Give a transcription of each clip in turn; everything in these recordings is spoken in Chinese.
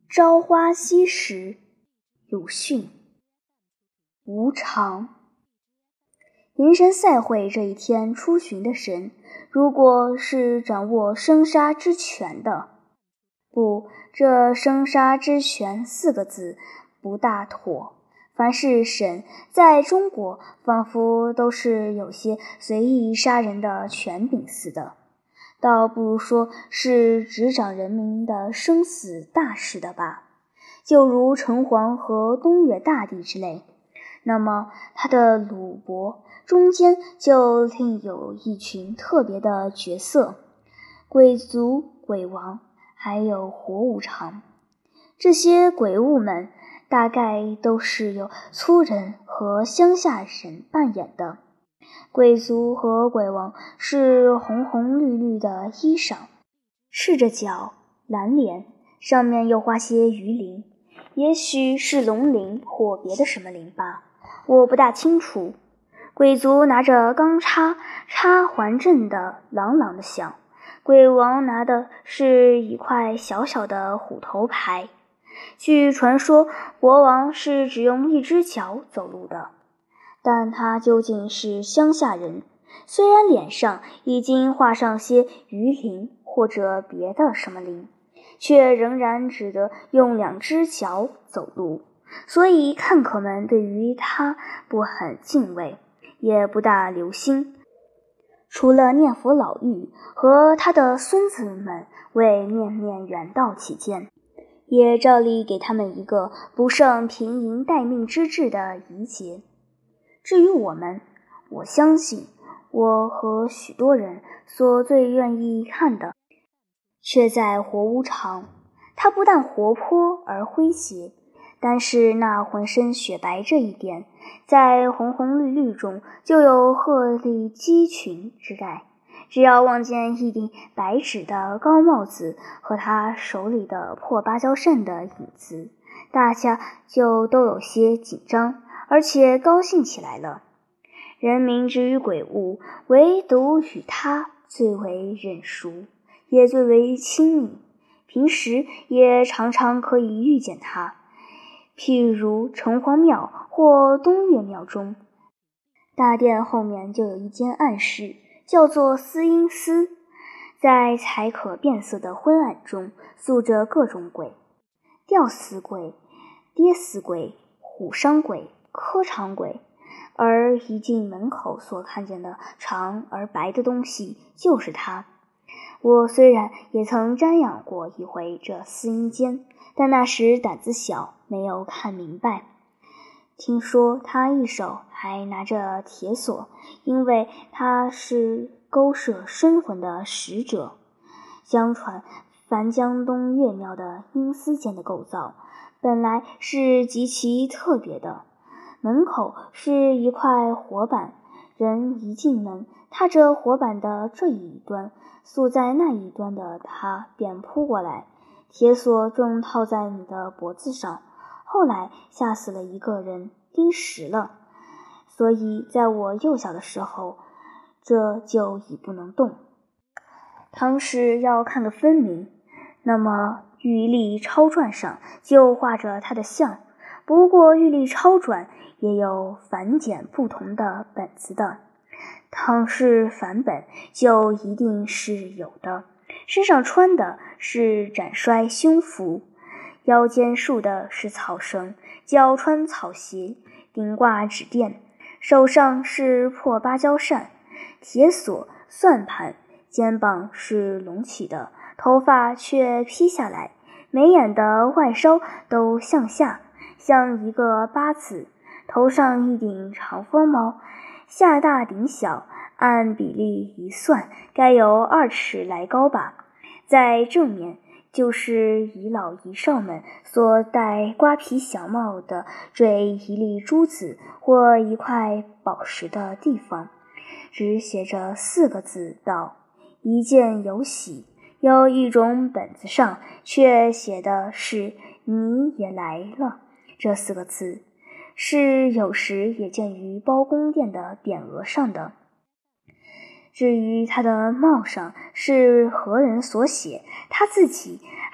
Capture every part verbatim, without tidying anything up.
朝花夕拾，鲁迅。无常。寅神赛会这一天出巡的神，如果是掌握生杀之权的，不，这生杀之权四个字不大妥。凡是神，在中国仿佛都是有些随意杀人的权柄似的，倒不如说是执掌人民的生死大事的吧，就如城隍和东岳大帝之类。那么他的鲁国中间就另有一群特别的角色，鬼族、鬼王，还有活无常。这些鬼物们大概都是由粗人和乡下人扮演的。鬼族和鬼王是红红绿绿的衣裳，赤着脚，蓝脸，上面又画些鱼鳞，也许是龙鳞或别的什么鳞吧，我不大清楚。鬼族拿着钢叉，叉环阵的朗朗的响，鬼王拿的是一块小小的虎头牌。据传说，国王是只用一只脚走路的，但他究竟是乡下人，虽然脸上已经画上些鱼鳞或者别的什么鳞，却仍然只得用两只脚走路，所以看客们对于他不很敬畏，也不大留心，除了念佛老妪和他的孙子们为面面缘道起见，也照例给他们一个不胜平营待命之志的仪节。至于我们，我相信我和许多人所最愿意看的，却在活无常。他不但活泼而诙谐，但是那浑身雪白这一点，在红红绿绿中就有鹤立鸡群之概。只要望见一顶白纸的高帽子和他手里的破芭蕉扇的影子，大家就都有些紧张，而且高兴起来了。人民之于鬼物，唯独与他最为认熟，也最为亲密，平时也常常可以遇见他。譬如城隍庙或东岳庙中，大殿后面就有一间暗室，叫做司阴司，在才可辨色的昏暗中宿着各种鬼，吊死鬼、跌死鬼、虎伤鬼、磕长鬼，而一进门口所看见的长而白的东西就是他。我虽然也曾瞻仰过一回这司阴间，但那时胆子小，没有看明白。听说他一手还拿着铁锁，因为他是勾摄生魂的使者。相传樊江东岳庙的阴司间的构造本来是极其特别的，门口是一块火板，人一进门，踏着火板的这一端，宿在那一端的他便扑过来，铁锁正套在你的脖子上。后来吓死了一个人，钉实了，所以在我幼小的时候，这就已不能动。倘使要看个分明，那么玉历钞传上就画着他的像，不过玉历钞传也有繁简不同的本子的，倘是繁本，就一定是有的。身上穿的是斩衰胸服，腰间束的是草绳，脚穿草鞋，顶挂纸垫，手上是破芭蕉扇，铁锁、算盘，肩膀是隆起的，头发却披下来，眉眼的外梢都向下，像一个八字，头上一顶长风帽，下大顶小，按比例一算，该有二尺来高吧。在正面就是遗老遗少们所戴瓜皮小帽的坠一粒珠子或一块宝石的地方，只写着四个字道：一见有喜。有一种本子上却写的是你也来了这四个字，是有时也见于包公殿的匾额上的。至于他的帽上是何人所写，他自己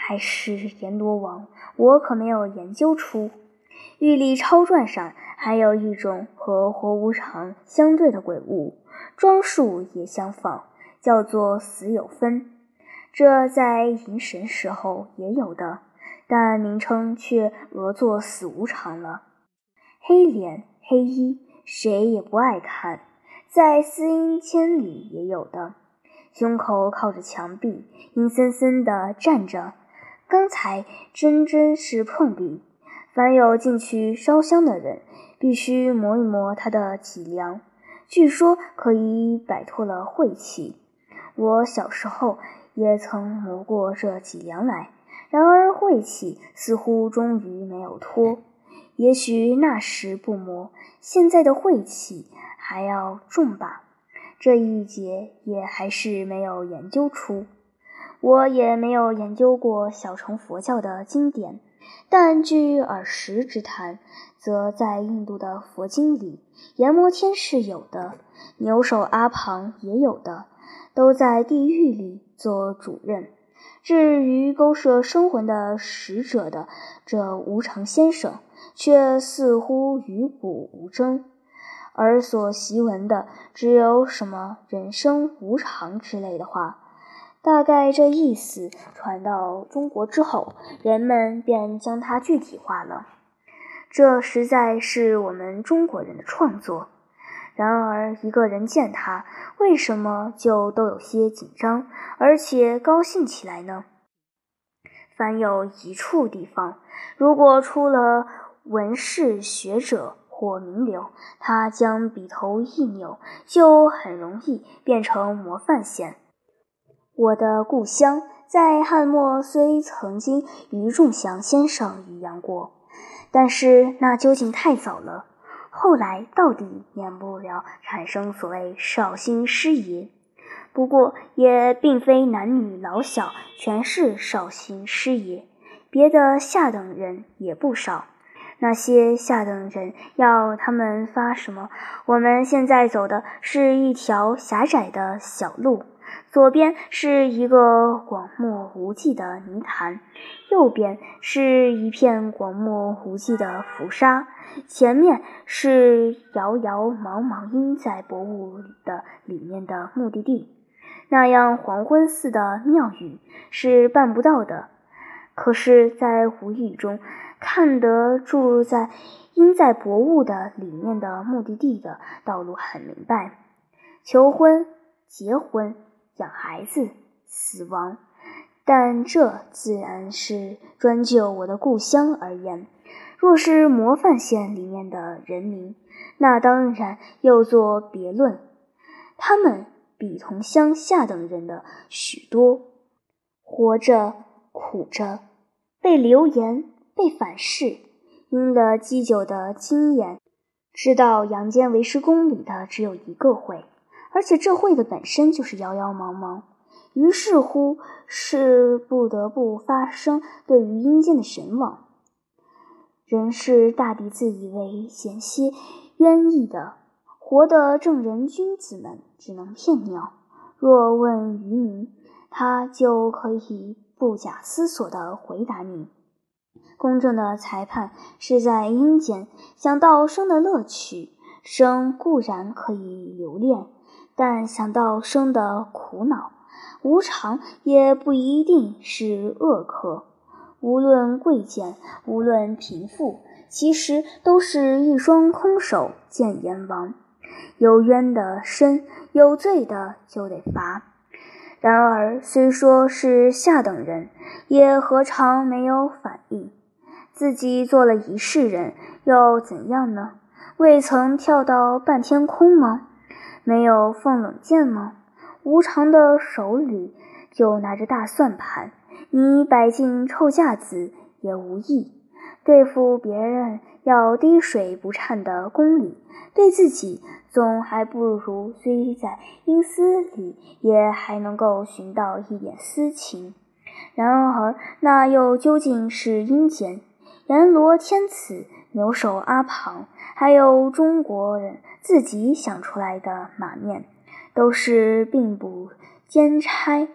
还是阎罗王，我可没有研究出。玉历钞传上还有一种和活无常相对的鬼物，装束也相仿，叫做死有分。这在迎神时候也有的，但名称却讹作死无常了。黑脸黑衣，谁也不爱看，在私阴间里也有的，胸口靠着墙壁，阴森森地站着。刚才真真是碰壁，凡有进去烧香的人，必须磨一磨他的脊梁，据说可以摆脱了晦气。我小时候也曾磨过这脊梁来，然而晦气似乎终于没有脱。也许那时不磨，现在的晦气还要重吧。这一节也还是没有研究出。我也没有研究过小乘佛教的经典，但据耳识之谈，则在印度的佛经里，阎魔天是有的，牛首阿旁也有的，都在地狱里做主任。至于勾摄生魂的使者的这无常先生，却似乎与古无争，而所习闻的只有什么人生无常之类的话。大概这意思传到中国之后，人们便将它具体化了。这实在是我们中国人的创作。然而一个人见他，为什么就都有些紧张，而且高兴起来呢？凡有一处地方，如果出了文士学者或名流，他将笔头一扭，就很容易变成模范县。我的故乡在汉末虽曾经与仲祥先生一样过，但是那究竟太早了，后来到底免不了产生所谓绍兴师爷。不过也并非男女老小全是绍兴师爷，别的下等人也不少。那些下等人要他们发什么？我们现在走的是一条狭窄的小路，左边是一个广漠无际的泥潭，右边是一片广漠无际的浮沙，前面是遥遥茫茫阴在薄雾的里面的目的地。那样黄昏似的庙宇是办不到的，可是在无意中看得住在阴在薄雾的里面的目的地的道路很明白，求婚、结婚、养孩子、死亡，但这自然是专就我的故乡而言。若是模范县里面的人民，那当然又作别论，他们比同乡下等人的许多，活着苦着，被流言，被反噬，因了积久的经验，知道阳间为师宫里的只有一个会，而且这会的本身就是遥遥茫茫，于是乎是不得不发生对于阴间的神往。人是大抵自以为险些冤义的，活的正人君子们只能骗尿，若问渔民，他就可以不假思索地回答你。公正的裁判是在阴间，想到生的乐趣，生固然可以留恋，但想到生的苦恼，无常也不一定是恶客。无论贵贱，无论贫富，其实都是一双空手见阎王。有冤的伸，有罪的就得罚。然而虽说是下等人，也何尝没有反应？自己做了一世人，又怎样呢？未曾跳到半天空吗？没有放冷箭吗？无常的手里就拿着大算盘，你摆进臭架子也无益。对付别人要滴水不颤的公理，对自己总还不如虽在阴司里也还能够寻到一点私情。然而那又究竟是阴间？阎罗天子、牛首阿旁，还有中国人自己想出来的马面，都是并不兼差。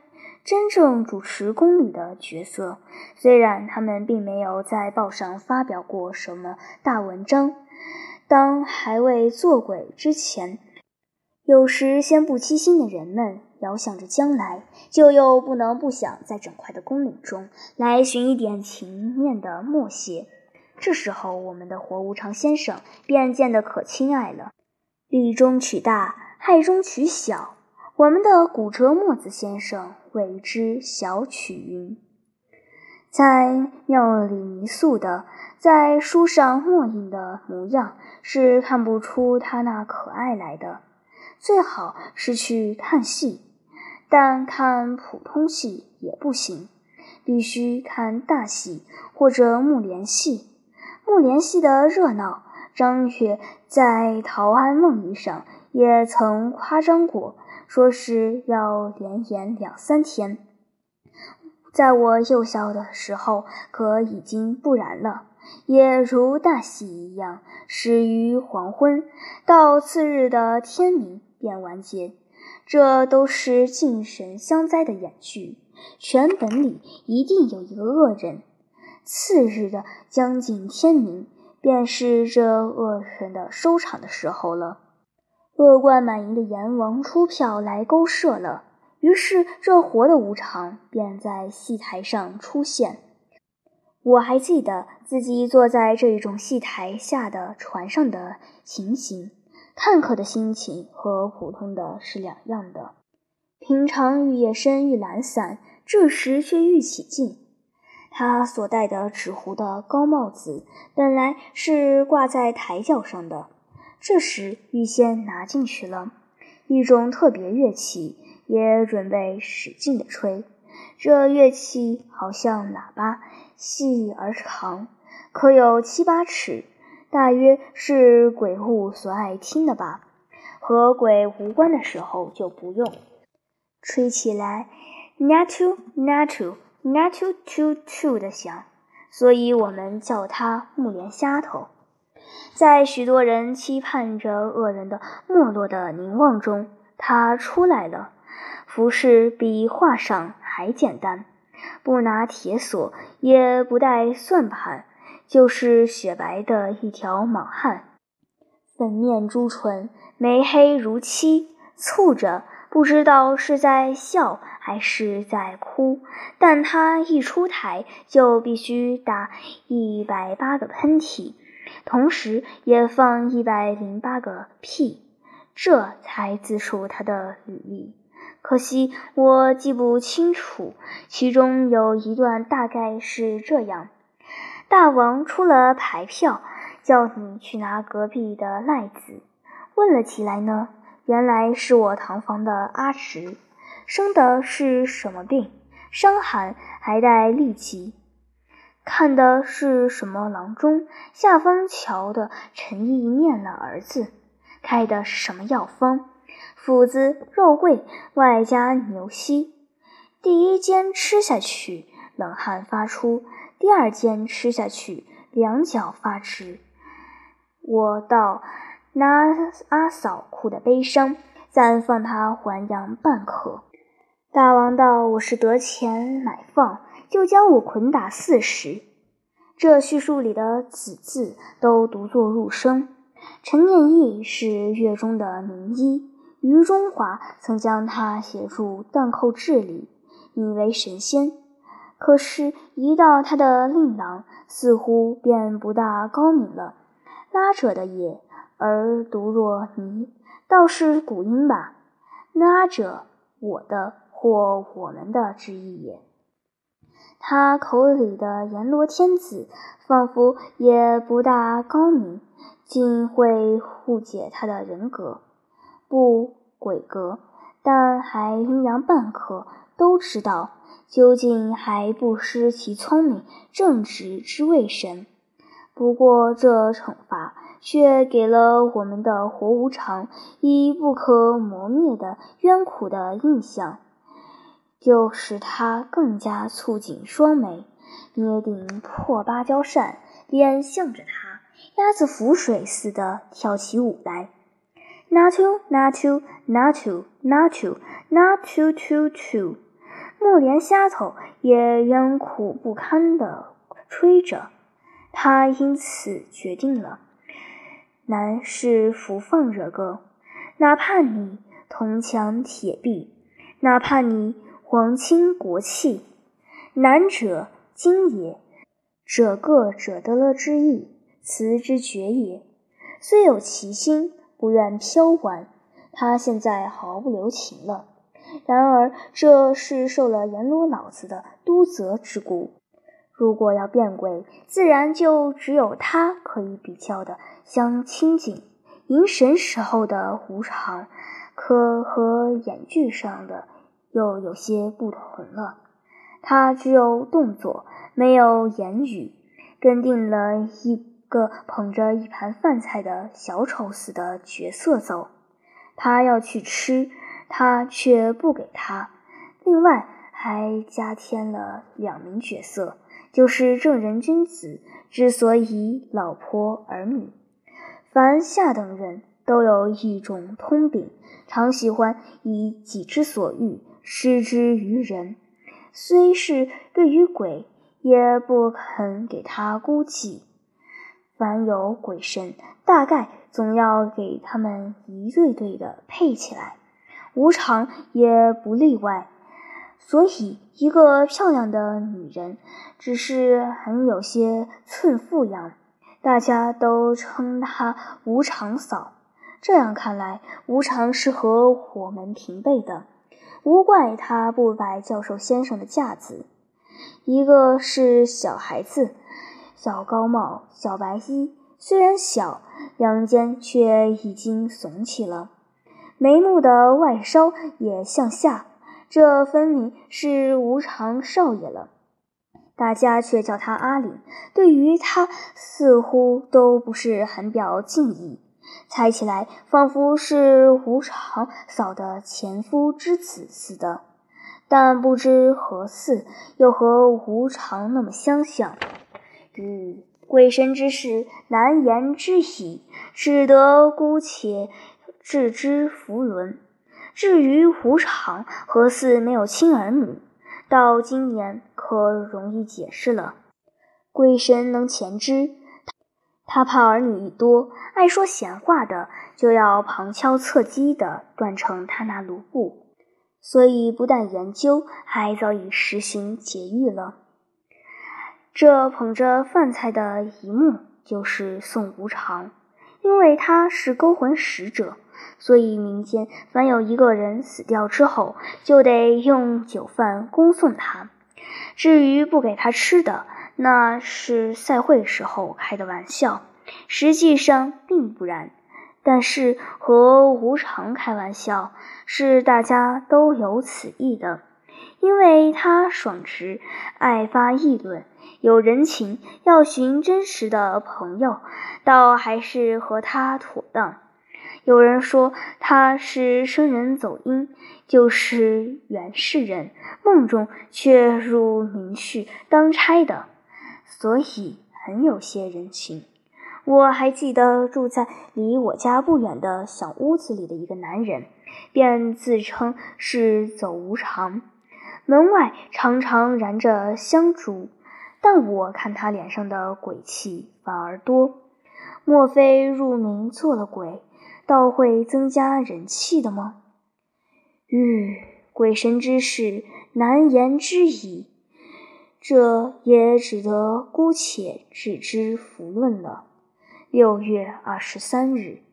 真正主持公理的角色。虽然他们并没有在报上发表过什么大文章，当还未做鬼之前，有时先不欺心的人们遥想着将来，就又不能不想在整块的公理中来寻一点情面的默写。这时候我们的活无常先生便见得可亲爱了，利中取大，害中取小。我们的骨折墨子先生谓之小取云。在庙里泥塑的，在书上墨印的模样，是看不出他那可爱来的。最好是去看戏，但看普通戏也不行，必须看大戏或者木莲戏。木莲戏的热闹，张悦在《陶庵梦忆》上也曾夸张过，说是要连演两三天。在我幼小的时候，可已经不然了，也如大戏一样，始于黄昏，到次日的天明便完结。这都是敬神相灾的演剧，全本里一定有一个恶人。次日的将近天明，便是这恶人的收场的时候了。恶贯满盈的阎王出票来勾设了，于是这活的无常便在戏台上出现。我还记得自己坐在这种戏台下的船上的情形，看客的心情和普通的是两样的。平常愈夜深愈懒散，这时却愈起劲。他所戴的纸糊的高帽子本来是挂在台脚上的，这时预先拿进去了。一种特别乐器也准备使劲地吹，这乐器好像喇叭，细而长，可有七八尺，大约是鬼物所爱听的吧。和鬼无关的时候就不用。吹起来 natu natu natu tu tu 的响，所以我们叫它木莲虾头。在许多人期盼着恶人的没落的凝望中，他出来了。服饰比画上还简单，不拿铁锁，也不带算盘，就是雪白的一条莽汉，粉面朱唇，眉黑如漆，蹙着，不知道是在笑还是在哭，但他一出台就必须打一百八个喷嚏，同时也放一百零八个屁，这才自述他的履历。可惜我记不清楚，其中有一段大概是这样：大王出了牌票，叫你去拿隔壁的赖子。问了起来呢，原来是我堂房的阿直，生的是什么病，伤寒还带痢疾，看的是什么郎中，下方瞧的陈毅念了儿子，开的是什么药方，斧子、肉桂外加牛膝。第一间吃下去，冷汗发出；第二间吃下去，两脚发直。我道拿阿嫂哭的悲伤，暂放他还阳半刻。大王道我是得钱买放，就将我捆打四十。这叙述里的子字都读作入声。陈念义是乐中的名医，余中华曾将他写入《荡寇志》里，拟为神仙。可是，一到他的令郎，似乎便不大高明了。拉者的也，而读若泥，倒是古音吧。拉者，我的或我们的之意也。他口里的阎罗天子，仿佛也不大高明，竟会误解他的人格，不鬼格，但还阴阳半刻，都知道，究竟还不失其聪明正直之谓神。不过这惩罚却给了我们的活无常以不可磨灭的冤苦的印象，就使他更加蹙紧双眉，捏顶破芭蕉扇，便向着他鸭子浮水似的跳起舞来。 Natu natu natu natu natu tu tu 木莲虾头也冤苦不堪地吹着。他因此决定了，男是服放热歌，哪怕你铜墙铁壁，哪怕你皇亲国戚，男者今也，者个者得了之意，辞之绝也。虽有其心，不愿飘玩，他现在毫不留情了。然而这是受了阎罗老子的督责之故，如果要变鬼，自然就只有他可以比较的相亲近。迎神时候的无常，可和演剧上的又有些不同了。他只有动作，没有言语，跟定了一个捧着一盘饭菜的小丑似的角色走。他要去吃，他却不给他。另外还加添了两名角色，就是正人君子之所以老婆儿女。凡下等人都有一种通病，常喜欢以己之所欲施之于人，虽是对于鬼，也不肯给他估计。凡有鬼神，大概总要给他们一对对的配起来，无常也不例外。所以一个漂亮的女人，只是很有些寸妇样，大家都称她无常嫂。这样看来，无常是和我们平辈的，无怪她不摆教授先生的架子。一个是小孩子，小高帽，小白衣，虽然小，两肩却已经耸起了，眉目的外梢也向下，这分明是无常少爷了。大家却叫他阿岭，对于他似乎都不是很表敬意，猜起来仿佛是无常嫂的前夫之子似的，但不知何似，又和无常那么相像。与鬼神之事难言之矣，只得姑且置之弗伦。至于无常何似没有亲儿女，到今年可容易解释了。鬼神能前知，他怕儿女一多，爱说闲话的就要旁敲侧击地断成他那颅布，所以不但研究，还早已实行节育了。这捧着饭菜的一幕就是宋无常，因为他是勾魂使者，所以民间凡有一个人死掉之后，就得用酒饭恭送他。至于不给他吃的，那是赛会时候开的玩笑，实际上并不然。但是和无常开玩笑，是大家都有此意的，因为他爽直，爱发议论，有人情，要寻真实的朋友，倒还是和他妥当。有人说他是生人走阴，就是元氏人，梦中却入明序当差的，所以很有些人情。我还记得住在离我家不远的小屋子里的一个男人，便自称是走无常，门外常常燃着香烛，但我看他脸上的鬼气反而多。莫非入冥做了鬼，倒会增加人气的吗？吁，鬼神之事难言之矣，这也只得姑且置之弗论了。六月二十三日。